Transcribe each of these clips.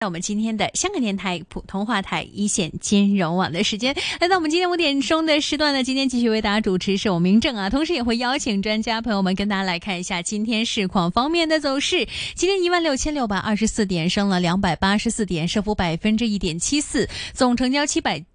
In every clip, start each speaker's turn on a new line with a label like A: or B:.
A: 在我们今天的香港电台普通话台一线金融网的时间，来到我们今天5点钟的时段呢，今天继续为大家主持是我明正啊，同时也会邀请专家朋友们跟大家来看一下今天市况方面的走势。今天16624点，升了284点，升幅1.74%，总成交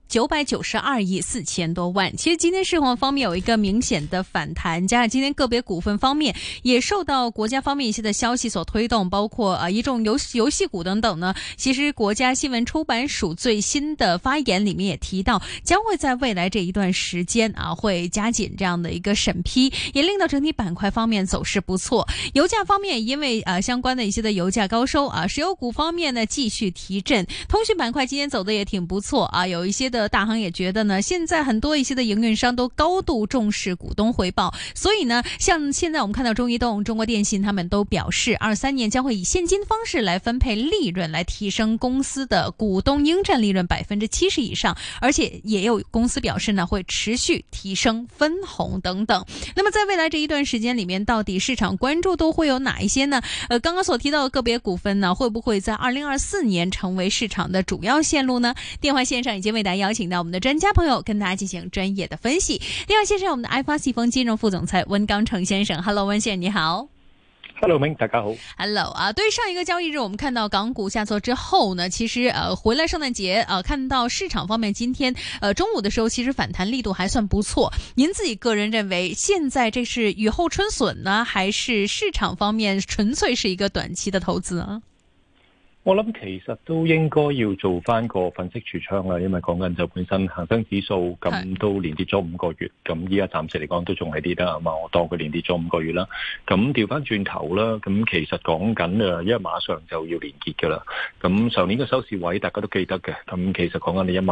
A: 992亿4千多万。其实今天市况方面有一个明显的反弹，加上今天个别股份方面也受到国家方面一些的消息所推动，包括一众游戏股等等呢。其实国家新闻出版署最新的发言里面也提到，将会在未来这一段时间会加紧这样的一个审批，也令到整体板块方面走势不错。油价方面因为相关的一些的油价高收石油股方面呢继续提振，通讯板块今天走的也挺不错有一些的大行也觉得呢，现在很多一些的营运商都高度重视股东回报，所以呢，像现在我们看到中移动、中国电信他们都表示，23年将会以现金方式来分配利润，来提升公司的股东应占利润70%以上，而且也有公司表示呢，会持续提升分红等等。那么在未来这一段时间里面，到底市场关注都会有哪一些呢？刚刚所提到的个别股份呢，会不会在2024年成为市场的主要线路呢？电话线上已经为大家邀请到我们的专家朋友跟大家进行专业的分析。电话线上我们的爱发细丰金融副总裁温刚成先生 ，Hello 温先生你好。
B: Hello， 明大家好。
A: Hello 对上一个交易日，我们看到港股下挫之后呢，其实回来圣诞节看到市场方面今天中午的时候，其实反弹力度还算不错。您自己个人认为，现在这是雨后春笋呢，还是市场方面纯粹是一个短期的投资啊？
B: 我諗其實都應該要做翻個分析櫥窗啦，因為講緊就本身恒生指數咁都連跌咗5個月，咁依家暫時嚟講都仲係跌得啊嘛，我當佢連跌咗5個月啦。咁調翻轉頭啦，咁其實講緊因為馬上就要連結㗎啦。咁上年嘅收市位大家都記得嘅，咁其實講緊你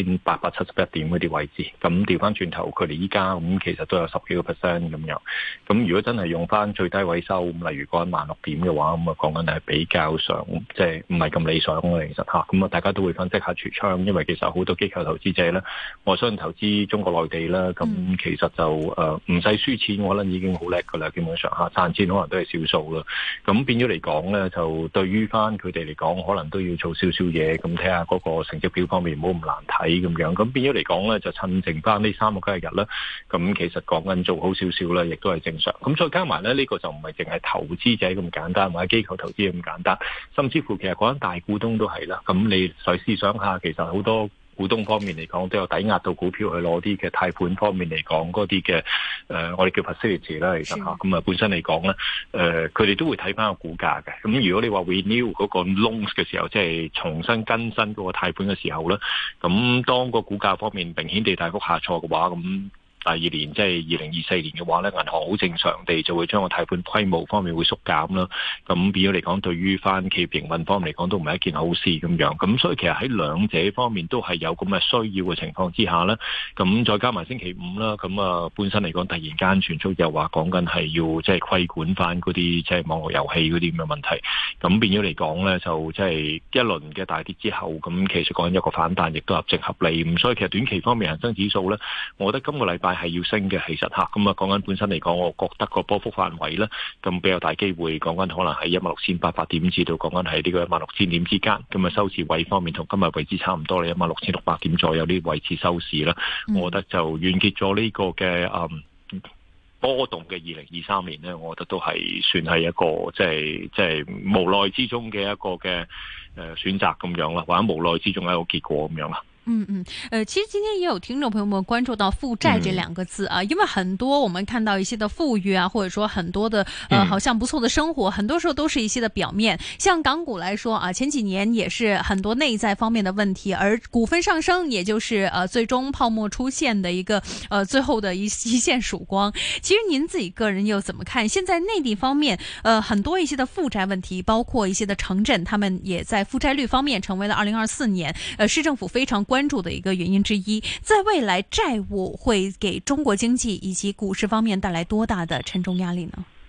B: 19,871點嗰啲位置，咁調翻轉頭佢哋依家咁其實都有10幾個%咁樣。咁如果真係用翻最低位收，例如講16000點嘅話，咁講緊係比較上即係唔係咁理想咯，其實咁大家都會分析下櫥窗，因為其實好多機構投資者咧，我相信投資中國內地啦，咁其實就唔使輸錢，我覺得已經好叻噶啦，基本上賺錢可能都係少數啦。咁變咗嚟講咧，就對於翻佢哋嚟講，可能都要做少少嘢，咁睇下嗰個成績表方面唔好咁難睇咁樣。咁變咗嚟講咧，就趁剩翻呢3個交易日啦。咁其實講緊做好少少啦，亦都係正常。咁再加埋咧，呢個就唔係淨係投資者咁簡單，或者機構投資咁簡單，甚至乎其實講緊大股東都係啦。咁你再試想下，其實好多股東方面嚟講都有抵押到股票去攞啲嘅貸款方面嚟講嗰啲嘅我哋叫 facility 啦，其實咁本身嚟講咧佢哋都會睇翻個股價嘅。咁如果你話 renew 嗰個 loans 嘅時候，即係重新更新嗰個貸款嘅時候咧，咁當個股價方面明顯地大幅下挫嘅話，咁第二年即係2024年嘅話咧，銀行好正常地就會將個貸款規模方面會縮減啦。咁變咗嚟講，對於翻企業營運方面嚟講，都唔係一件好事咁樣。咁所以其實喺兩者方面都係有咁嘅需要嘅情況之下咧，咁再加埋星期五啦，咁本身嚟講突然間傳出又話講緊係要即係規管翻嗰啲即係網絡遊戲嗰啲咁嘅問題。咁變咗嚟講咧，就即係一輪嘅大跌之後，咁其實講緊一個反彈，亦都合情合理。咁所以其實短期方面恒生指數咧，我覺得今個禮拜係要升嘅，其實咁講緊本身嚟講，我覺得個波幅範圍咧，咁比較大機會講緊可能係16,800點至到講緊係呢個16,000點之間，咁收市位方面同今日位置差唔多啦，16,600點左右呢位置收市啦，我覺得就完結咗呢個嘅波動嘅2023年咧，我覺得都係算係一個即係無奈之中嘅一個嘅選擇咁樣啦，或者無奈之中嘅一個結果咁樣啦。
A: 其实今天也有听众朋友们关注到负债这2个字因为很多我们看到一些的富裕或者说很多的好像不错的生活，很多时候都是一些的表面。像港股来说前几年也是很多内在方面的问题，而股份上升也就是最终泡沫出现的一个最后的一线曙光。其实您自己个人又怎么看？现在内地方面很多一些的负债问题，包括一些的城镇，他们也在负债率方面成为了2024年市政府非常关注的一个原因之一。在未来债务会给中国经济以及股市方面带来多大的沉重压力呢？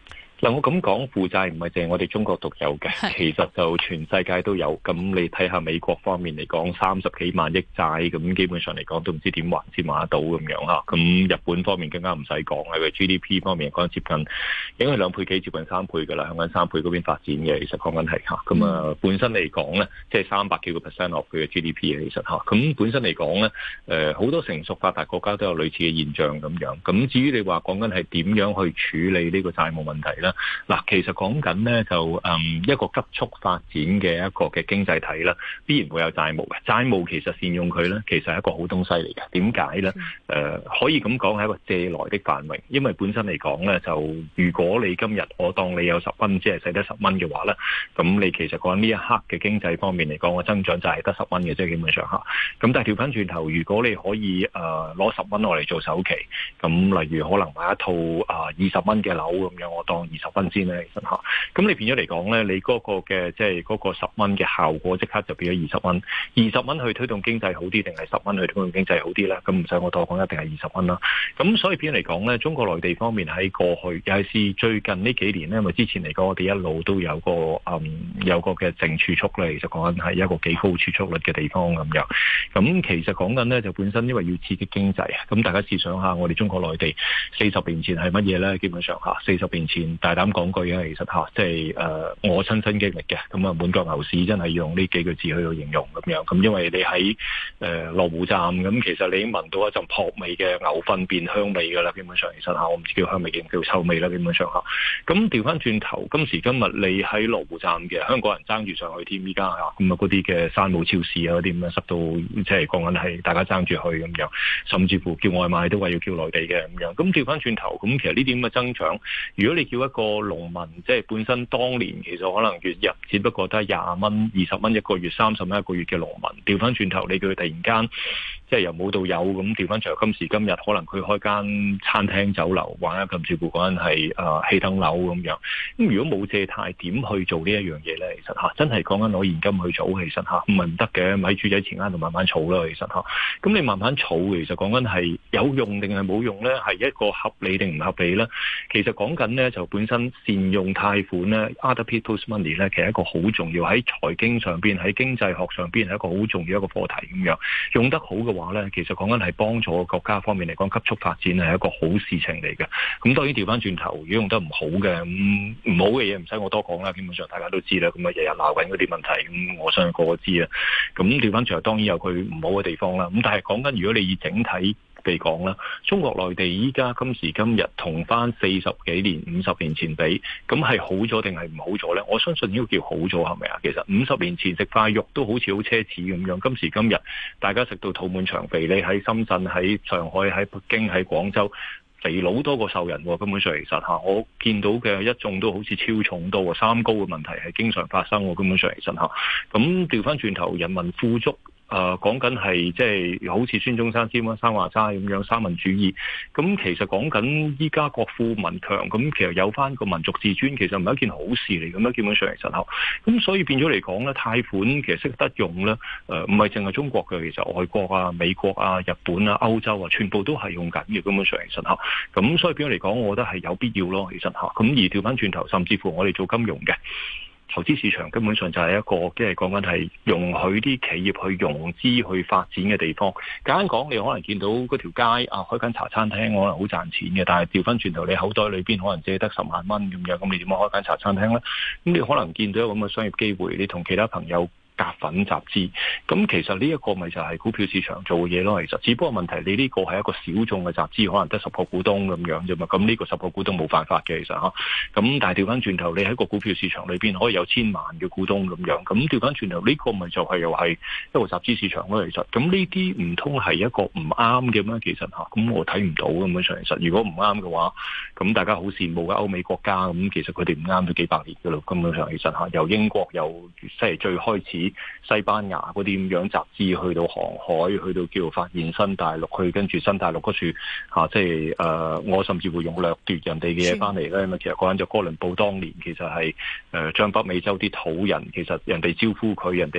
B: 嗱，我咁講，負債唔係淨係我哋中國獨有嘅，其實就全世界都有。咁你睇下美國方面嚟講，30幾萬億債，咁基本上嚟講都唔知點還先還得到咁樣嚇。咁日本方面更加唔使講啦，佢 GDP 方面講接近應該係2倍幾，接近3倍㗎啦，向緊3倍嗰邊發展嘅。其實講緊係嚇，咁啊本身嚟講咧，即係300幾個%落佢嘅 GDP 嘅，其實嚇。咁本身嚟講咧，好多成熟發達國家都有類似嘅現象咁樣。咁至於你話講緊係點樣去處理呢個債務問題咧？嗱，其實講緊咧就一個急速發展嘅一個嘅經濟體啦，必然會有債務嘅。債務其實善用佢咧，其實係一個好東西嚟嘅。點解咧？可以咁講係一個借來的繁榮，因為本身嚟講咧，就如果你今日我當你有10蚊，即係使得10蚊嘅話咧，咁你其實講呢一刻嘅經濟方面嚟講，個增長就係得10蚊嘅啫，基本上嚇。咁但係調翻轉頭，如果你可以攞10蚊落嚟做首期，咁例如可能買一套20蚊嘅樓咁樣，我當20蚊先咧，其實嚇。咁你變咗嚟講咧，你嗰個嘅即係嗰個10蚊嘅效果，即刻就變咗20蚊。20蚊去推動經濟好啲，定係10蚊去推動經濟好啲咧？咁唔使我多講，一定係20蚊啦。咁所以變咗嚟講咧，中國內地方面喺過去，尤其是最近呢幾年咧，因為之前嚟講，我哋一路都有個嘅淨儲蓄咧，其實講緊係一個幾高儲蓄率嘅地方咁樣。咁其實講緊咧，就本身因為要刺激經濟，咁大家試想下，我哋中國內地40年前係乜嘢咧？基本上嚇，40年前大膽講句啊，其實嚇，即係我親身經歷嘅，咁啊滿國牛市真係用呢幾個字去到形容咁樣。咁因為你喺羅湖站，咁其實你已經聞到一陣撲味嘅牛糞變香味㗎啦，基本上其實嚇，我唔知叫香味定叫臭味啦，基本上嚇。咁調翻轉頭，今時今日你喺羅湖站嘅香港人爭住上去添，依家嚇，咁啊嗰啲嘅山姆超市啊嗰啲咁樣塞到，即係講緊係大家爭住去咁樣，甚至乎叫外賣都話要叫內地嘅咁樣。咁調翻轉頭，咁其實呢啲咁嘅增長，如果你叫一個農民，即係本身當年其實可能月入只不過得20蚊、20蚊一個月、30蚊一個月嘅農民，調翻轉頭你叫佢突然間即係由冇到有咁，調翻轉頭今時今日可能佢開間餐廳酒樓，或者甚至乎嗰陣係氣燈樓咁樣。咁如果冇借貸點去做呢一樣嘢咧？其實嚇真係講緊攞現金去儲，其實嚇唔係唔得嘅，咪喺豬仔錢罌度慢慢儲啦。其實嚇，咁你慢慢儲，其實講緊係有用定係冇用咧？係一個合理定唔合理咧？其實講緊咧就本身善用貸款咧 ，other people's money 咧，其實一個好重要喺財經上邊，喺經濟學上邊係一個好重要一個課題咁樣。用得好嘅話咧，其實講緊係幫助國家方面嚟講急速發展係一個好事情嚟嘅。咁當然調翻轉頭，如果用得唔好嘅，咁唔好嘅嘢唔使我多講啦，基本上大家都知啦。咁啊日日鬧緊嗰啲問題，咁我相信個個知啦。咁調翻轉頭當然有佢唔好嘅地方啦。咁但係講緊如果你以整體嚟講啦，中國內地依家今時今日同翻40幾年、50年前比，咁係好咗定係唔好咗呢？我相信呢個叫好咗，係咪啊？其實50年前食塊肉都好似好奢侈咁樣，今時今日大家食到肚滿腸肥，你喺深圳、喺上海、喺北京、喺廣州，肥佬多過瘦人喎。根本上其實嚇，我見到嘅一眾都好似超重多喎，三高嘅問題係經常發生喎。根本上其實嚇，咁調翻轉頭，人民富足。講緊係即係好似孫中山先生話齋咁樣三民主義，咁其實講緊依家國富民強，咁其實有翻個民族自尊，其實唔係一件好事嚟咁樣，基本上其實嚇，咁所以變咗嚟講咧，貸款其實識得用咧，唔係淨係中國嘅，其實外國啊、美國啊、日本啊、歐洲啊，全部都係用緊嘅，根本上其實嚇，咁所以變咗嚟講，我覺得係有必要咯，其實嚇，咁而調翻轉頭，甚至乎我哋做金融嘅。投資市場根本上就係一個，即係講緊係容許啲企業去融資去發展嘅地方。簡單講，你可能見到嗰條街開間茶餐廳，可能好賺錢嘅，但係調翻轉頭，你口袋裏邊可能借得10萬蚊咁樣，咁你點樣開間茶餐廳咧？咁你可能見到有咁嘅商業機會，你同其他朋友夾份集資，咁其實呢一個咪就係股票市場做嘅嘢咯。其實只不過問題，你呢個係一個小眾嘅集資，可能得10個股東咁樣啫嘛。咁呢個10個股東冇犯法嘅，其實嚇。咁但係調翻轉頭，你喺個股票市場裏邊可以有千萬嘅股東咁樣。咁調翻轉頭，呢個咪就係又係一個集資市場咯。其實咁呢啲唔通係一個唔啱嘅咩？其實嚇，咁我睇唔到咁樣上。其實如果唔啱嘅話，咁大家好羨慕嘅歐美國家，咁其實佢哋唔啱咗幾百年嘅咯。根本上其實嚇，由英國由即係最開始。西班牙嗰啲咁樣集資去到航海，去到叫發現新大陸，去跟住新大陸嗰處即係我甚至會用掠奪人哋嘅嘢翻嚟咧。咁其實嗰陣就哥倫布當年其實係將北美洲啲土人，其實人哋招呼佢，人哋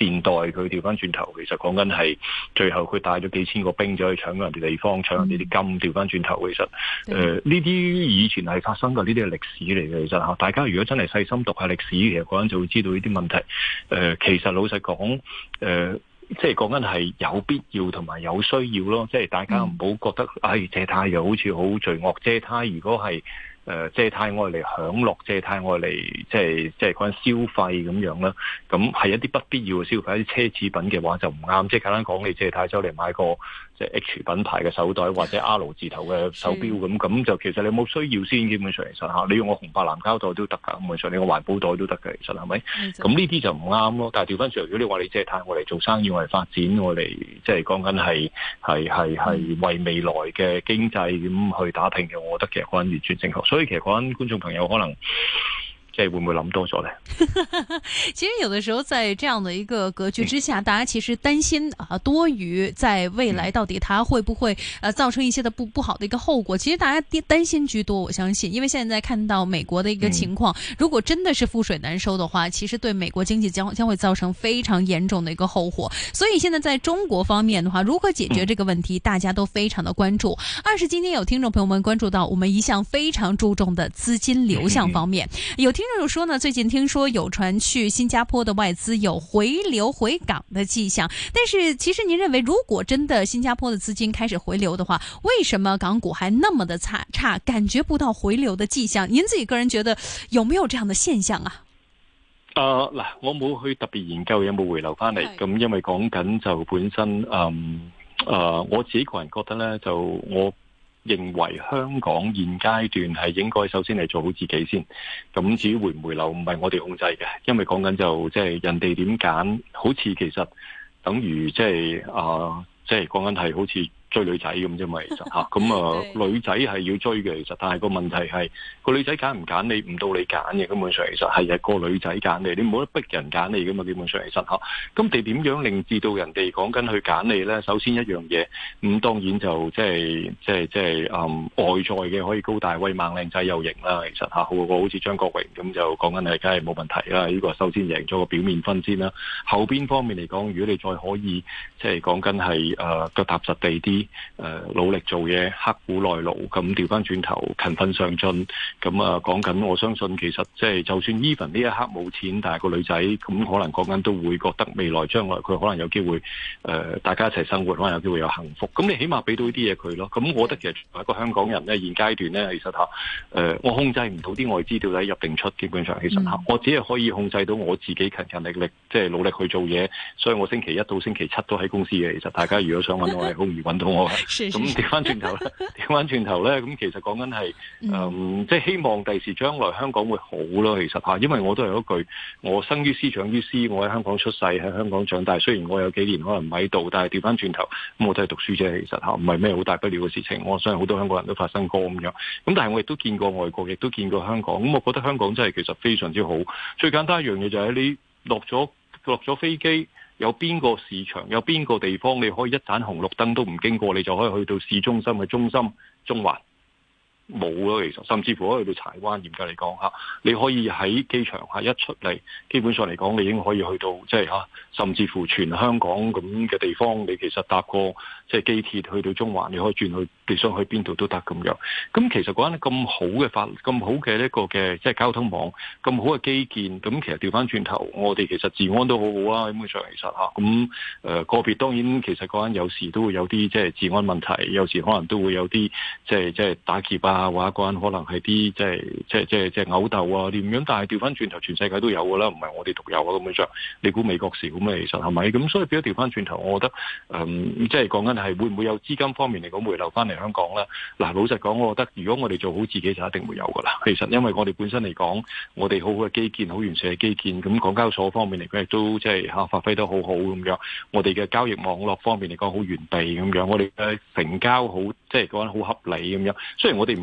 B: 善待佢，調翻轉頭，其實講緊係最後佢帶咗幾千個兵走去搶人哋地方，搶人哋啲金，調翻轉頭，其實呢啲以前係發生嘅，呢啲係歷史嚟嘅。其實嚇，大家如果真係細心讀下歷史，其實嗰陣就會知道呢啲問題。其實老實講，即係講緊係有必要同埋有需要咯。即係大家唔好覺得，借貸又好似好罪惡。借貸如果係借貸愛嚟享樂，借貸愛嚟即係講緊消費咁樣啦，咁係一啲不必要嘅消費，一啲奢侈品嘅話就唔啱。即係簡單講，你借貸走嚟買個即係 H 品牌嘅手袋或者 R 字頭嘅手錶咁就其實你冇需要先。基本上其實嚇，你用個紅白藍膠袋都得㗎，基本上你個環保袋都得嘅，其實係咪？咁呢啲就唔啱咯。但係調翻轉，如果你話你借貸我嚟做生意，我嚟發展，我嚟即係講緊係為未來嘅經濟咁去打拼嘅，我覺得其實嗰陣完全正確。所以其實嗰陣觀眾朋友可能即係會唔會諗多咗呢？
A: 其實有的時候在這樣的一個格局之下，大家其實擔心多於在未來到底它會不會造成一些的不好的一個後果。其實大家擔心居多，我相信，因為現在看到美國的一個情況，如果真的是覆水難收的話，其實對美國經濟將會造成非常嚴重的一個後果。所以現在在中國方面的話，如何解決這個問題，大家都非常的關注。今天有聽眾朋友們關注到我們一向非常注重的資金流向方面，有聽眾就說呢，最近聽說有傳去新加坡的外資有回流回港的跡象，但是其實您認為，如果真的新加坡的資金開始回流的話，為什麼港股還那麼的差，感覺不到回流的跡象？您自己個人覺得有沒有這樣的現象啊？
B: 嗱，我冇去特別研究有冇回流翻嚟，咁因為講緊就本身我自己個人覺得呢，就我認為香港現階段係應該首先係做好自己先，咁至於回唔回流唔係我哋控制嘅，因為講緊就即係人哋點揀，好似其實等於即係講緊係好似追女仔咁啫嘛，其實嚇咁女仔係要追嘅，其實，但係個問題係個女仔揀唔揀你，唔到你揀嘅，根本上其實係個女仔揀你，你冇得逼人揀你噶嘛，基本上其實嚇。咁你點樣令至到人哋講緊去揀你咧？首先一樣嘢，咁當然就即係外在嘅可以高大威猛靚仔又型啦，其實嚇好似張國榮咁就講緊係梗係冇問題啦。呢個首先贏咗個表面分先啦。後邊方面嚟講，如果你再可以即係講緊係腳踏實地啲。努力做嘢，刻苦耐勞，咁調翻轉頭勤奮上進，咁講緊我相信其實即係就算 even 呢一刻冇錢，但係個女仔咁可能講緊都會覺得未來將來佢可能有機會大家一齊生活，可能有機會有幸福。咁你起碼俾到呢啲嘢佢咯。咁我覺得其實作為一個香港人咧，現階段咧，其實我控制唔到啲外資到底入定出，基本上其實我只係可以控制到我自己勤勤力力，即係努力去做嘢。所以我星期一到星期七都喺公司嘅。其實大家如果想揾我係好容易揾到我嘅。咁調翻轉頭咧，咁其實講緊係即係希望第時將來香港會好咯。其實因為我都係嗰句，我生於斯長於斯，我喺香港出世，喺香港長大。雖然我有幾年可能唔喺度，但係調翻轉頭咁我都係讀書啫。其實唔係咩好大不了嘅事情。我相信好多香港人都發生過咁樣。咁但係我亦都見過外國，亦都見過香港。咁我覺得香港真係其實非常之好。最簡單一樣嘢就係你落咗飛機。有邊個市場，有邊個地方，你可以一盞紅綠燈都唔經過，你就可以去到市中心嘅中心中環。冇咯，其實甚至乎可以去到柴灣。嚴格嚟講嚇，你可以喺機場一出嚟，基本上嚟講，你已經可以去到即係甚至乎全香港咁嘅地方，你其實搭個即係機鐵去到中環，你可以轉去你想去邊度都得咁樣。咁其實嗰陣咁好嘅咁好嘅一個嘅即係交通網，咁好嘅基建，咁其實調翻轉頭，我哋其實治安都好好啊。基本上其實咁個別當然其實嗰陣有時都會有啲即係治安問題，有時可能都會有啲即係打劫啊。或者嗰陣可能係啲即係毆鬥啊點樣，但係調翻轉頭全世界都有㗎啦，唔係我哋獨有啊。咁樣上你估美國少咩？其實係咪咁？所以變咗調翻轉頭，我覺得即係講緊係會唔會有資金方面嚟講回流翻嚟香港咧？嗱，老實講，我覺得如果我哋做好自己就一定會有㗎啦。其實因為我哋本身嚟講，我哋好好嘅基建，好完善嘅基建，咁港交所方面嚟講亦都即係發揮得好好咁樣。我哋嘅交易網絡方面嚟講好完備咁樣，我哋嘅成交好即係講緊好合理咁樣。雖然我哋唔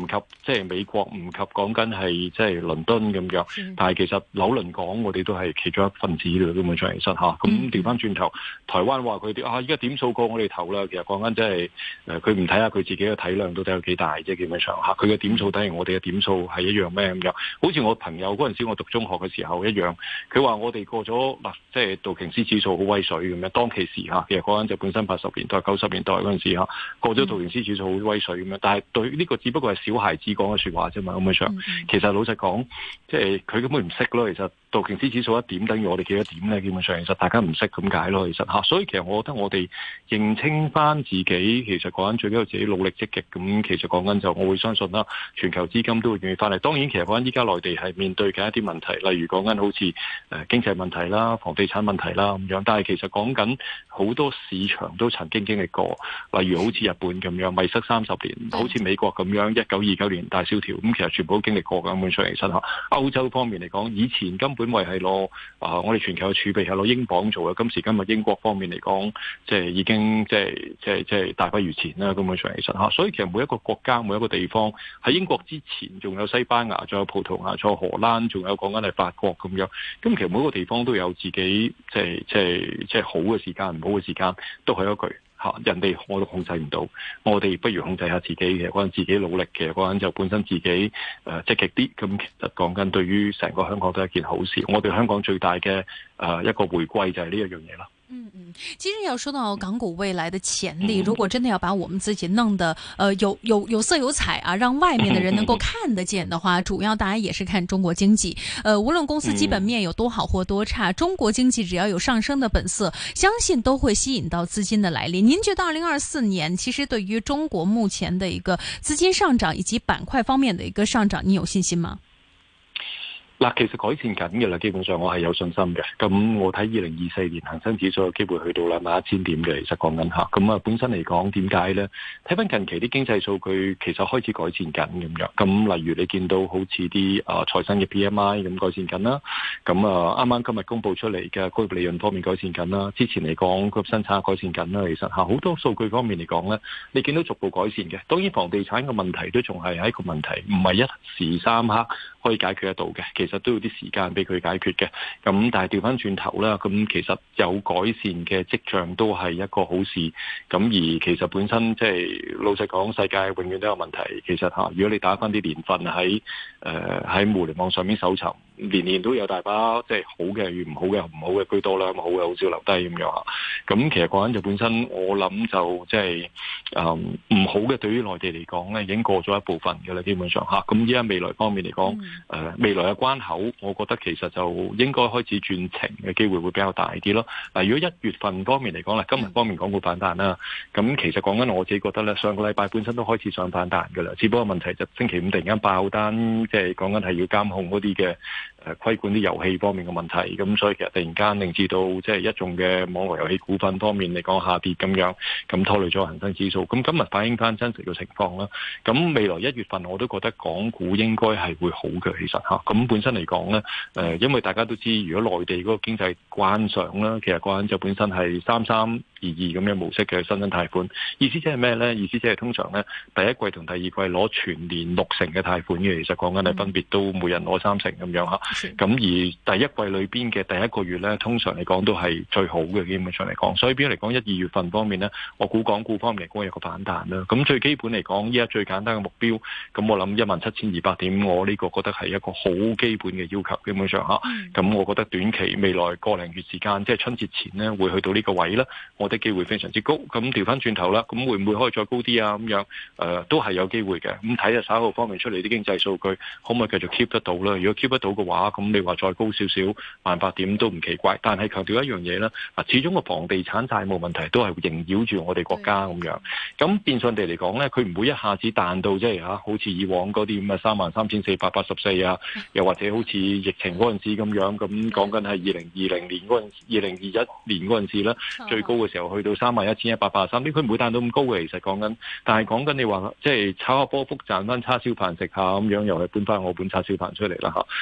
B: 及即係美國，唔及講緊係即係倫敦咁樣。但係其實紐倫港我哋都係其中一份子嘅，基本上其實嚇。咁調翻轉頭，台灣話佢哋依家點數過我哋頭啦。其實講緊即係佢唔睇下佢自己嘅體量到底有幾大啫，基本上嚇。佢嘅點數等於我哋嘅點數係一樣咩咁樣？好似我朋友嗰陣時，我讀中學嘅時候一樣。佢話我哋過咗嗱，即係道瓊斯指數好威水咁樣。當其時嚇，其實講緊就本身80年代、90年代嗰陣時嚇，過咗道瓊斯指數好威水咁樣。但係對呢個只不過係小孩子講嘅説話啫嘛，咁樣上。其實老實講，即係佢根本唔識咯。其實道瓊斯指數一點等於我哋幾多點咧？基本上其實大家唔識咁解咯。其實嚇，所以其實我覺得我哋認清翻自己，其實講緊最緊要自己努力積極咁。其實講緊就我會相信啦，全球資金都會願意翻嚟。當然其實講緊依家內地係面對緊一啲問題，例如講緊好似經濟問題啦、房地產問題啦咁樣。但係其實講緊好多市場都曾經經歷過，例如好似日本咁樣迷失30年，好似美國咁樣1929年大蕭條，咁其實全部都經歷過嘅。咁本上嚟身嚇，歐洲方面嚟講，以前根本為係攞我哋全球嘅儲備係攞英鎊做嘅，今時今日英國方面嚟講，即係已經即係大不如前啦。咁本上嚟身嚇，所以其實每一個國家每一個地方喺英國之前，仲有西班牙，仲有葡萄牙，仲有荷蘭，仲有講緊係法國咁樣。咁其實每一個地方都有自己即係好嘅時間，唔好嘅時間，都係一句嚇。人哋我都控制唔到，我哋不如控制下自己嘅，嗰陣自己努力嘅，嗰陣就本身自己積極啲。咁其實講緊對於成個香港都係一件好事。我哋香港最大嘅一個回歸就係呢一樣嘢啦。
A: 其實要說到港股未來的潛力，如果真的要把我們自己弄得有色有彩啊，讓外面的人能夠看得見的話，主要大家也是看中國經濟。無論公司基本面有多好或多差，中國經濟只要有上升的本色，相信都會吸引到資金的來臨。您覺得2024年其實對於中國目前的一個資金上漲以及板塊方面的一個上漲，你有信心嗎？
B: 嗱，其實改善緊嘅啦，基本上我係有信心嘅。咁我睇2024年恒生指數有機會去到21000點嘅，其實講緊下。咁啊，本身嚟講點解咧？睇翻近期啲經濟數據，其實開始改善緊咁樣。咁例如你見到好似啲財新嘅 PMI 咁改善緊啦。咁啱啱今日公布出嚟嘅工業利潤方面改善緊啦。之前嚟講個生產改善緊啦。其實好多數據方面嚟講咧，你見到逐步改善嘅。當然房地產嘅問題都仲係一個問題，唔係一時三刻可以解決得到嘅。其實都要啲時間俾佢解決嘅，咁但係調翻轉頭啦，咁其實有改善嘅跡象都係一個好事。咁而其實本身即係老實講，世界永遠都有問題。其實如果你打翻啲年份喺互聯網上面搜尋，年年都有大把即係好嘅與唔好嘅，唔好嘅居多啦，咁好嘅好少留低咁樣嚇。咁其實講緊就本身，我諗就即係唔好嘅對於內地嚟講咧，已經過咗一部分嘅啦，基本上嚇。咁依家未來方面嚟講，未來嘅關口，我覺得其實就應該開始轉晴嘅機會會比較大啲咯。嗱，如果1月份方面嚟講啦，今日方面港股反彈啦，咁其實講緊我自己覺得咧，上個禮拜本身都開始上反彈嘅啦，只不過問題就星期五突然間爆單，即係講緊係要監控嗰啲嘅規管啲遊戲方面嘅問題，咁所以其實突然間令至到即係一眾嘅網絡遊戲股份方面嚟講下跌咁樣，咁拖累咗恒生指數。咁今日反映翻真實嘅情況啦。咁未來1月份我都覺得港股應該係會好嘅，其實嚇。咁本身嚟講咧，因為大家都知，如果內地嗰個經濟慣上啦，其實嗰陣就本身係3322咁嘅模式嘅新增貸款，意思即係咩咧？意思即係通常咧第一季同第二季攞全年6成嘅貸款嘅，其實講緊係分別都每人攞3成咁樣嚇。咁而第一季裏邊嘅第一個月咧，通常嚟講都係最好嘅，基本上嚟講。所以變咗嚟講，1、2月份方面咧，我估港股方面嚟講有個反彈啦。咁最基本嚟講，依家最簡單嘅目標，咁我諗17200點，我呢個覺得係一個好基本嘅要求，基本上嚇。咁我覺得短期未來個零月時間，即係春節前呢，會去到呢個位啦。我覺得機會非常之高。咁調翻轉頭啦，咁會唔會可以再高啲啊？咁樣都係有機會嘅。咁睇下稍後方面出嚟啲經濟數據，可唔可以繼續 keep 得到啦？如果 keep 得到嘅話，咁你話再高少少18000點都唔奇怪。但係強調一樣嘢啦，始終個房地產債務問題都係縈繞住我哋國家咁樣。咁變相地嚟講咧，佢唔會一下子彈到即係好似以往嗰啲咁嘅33484啊，又或者好似疫情嗰陣時咁樣，咁講緊係2020年嗰陣2021年嗰陣時咧，最高嘅時候去到31183，啲佢唔會彈到咁高嘅。其實講緊，但係講緊你話即係炒下波幅賺翻叉燒飯食下咁樣，又係搬翻我本叉燒飯出嚟啦嚇。咁啊，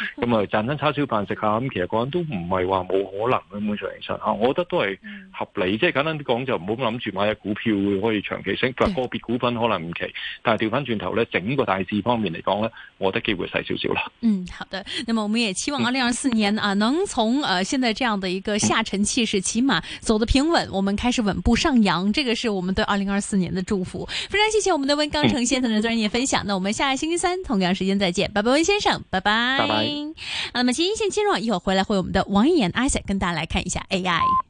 B: 賺餐叉燒飯食下，咁其實講都唔係話冇可能，根本上其實我覺得都係合理。即係簡單啲講，就唔好諗住買隻股票會可以長期升，個別股份可能唔奇，但係調翻轉頭咧，整個大市方面嚟講咧，我覺得機會細少少啦。
A: 好的。那麼我們也期望2024年啊，能從現在這樣的一個下沉氣勢，起碼走得平穩，我們開始穩步上揚，這個是我們對2024年的祝福。非常謝謝我們的溫鋼城先生的專業分享。那我們下星期三同樣時間再見，拜拜，溫先生，拜拜。
B: 拜拜。
A: 那麼今天先接入，一會兒回來會有我們的王一言 Isaac 跟大家來看一下 AI。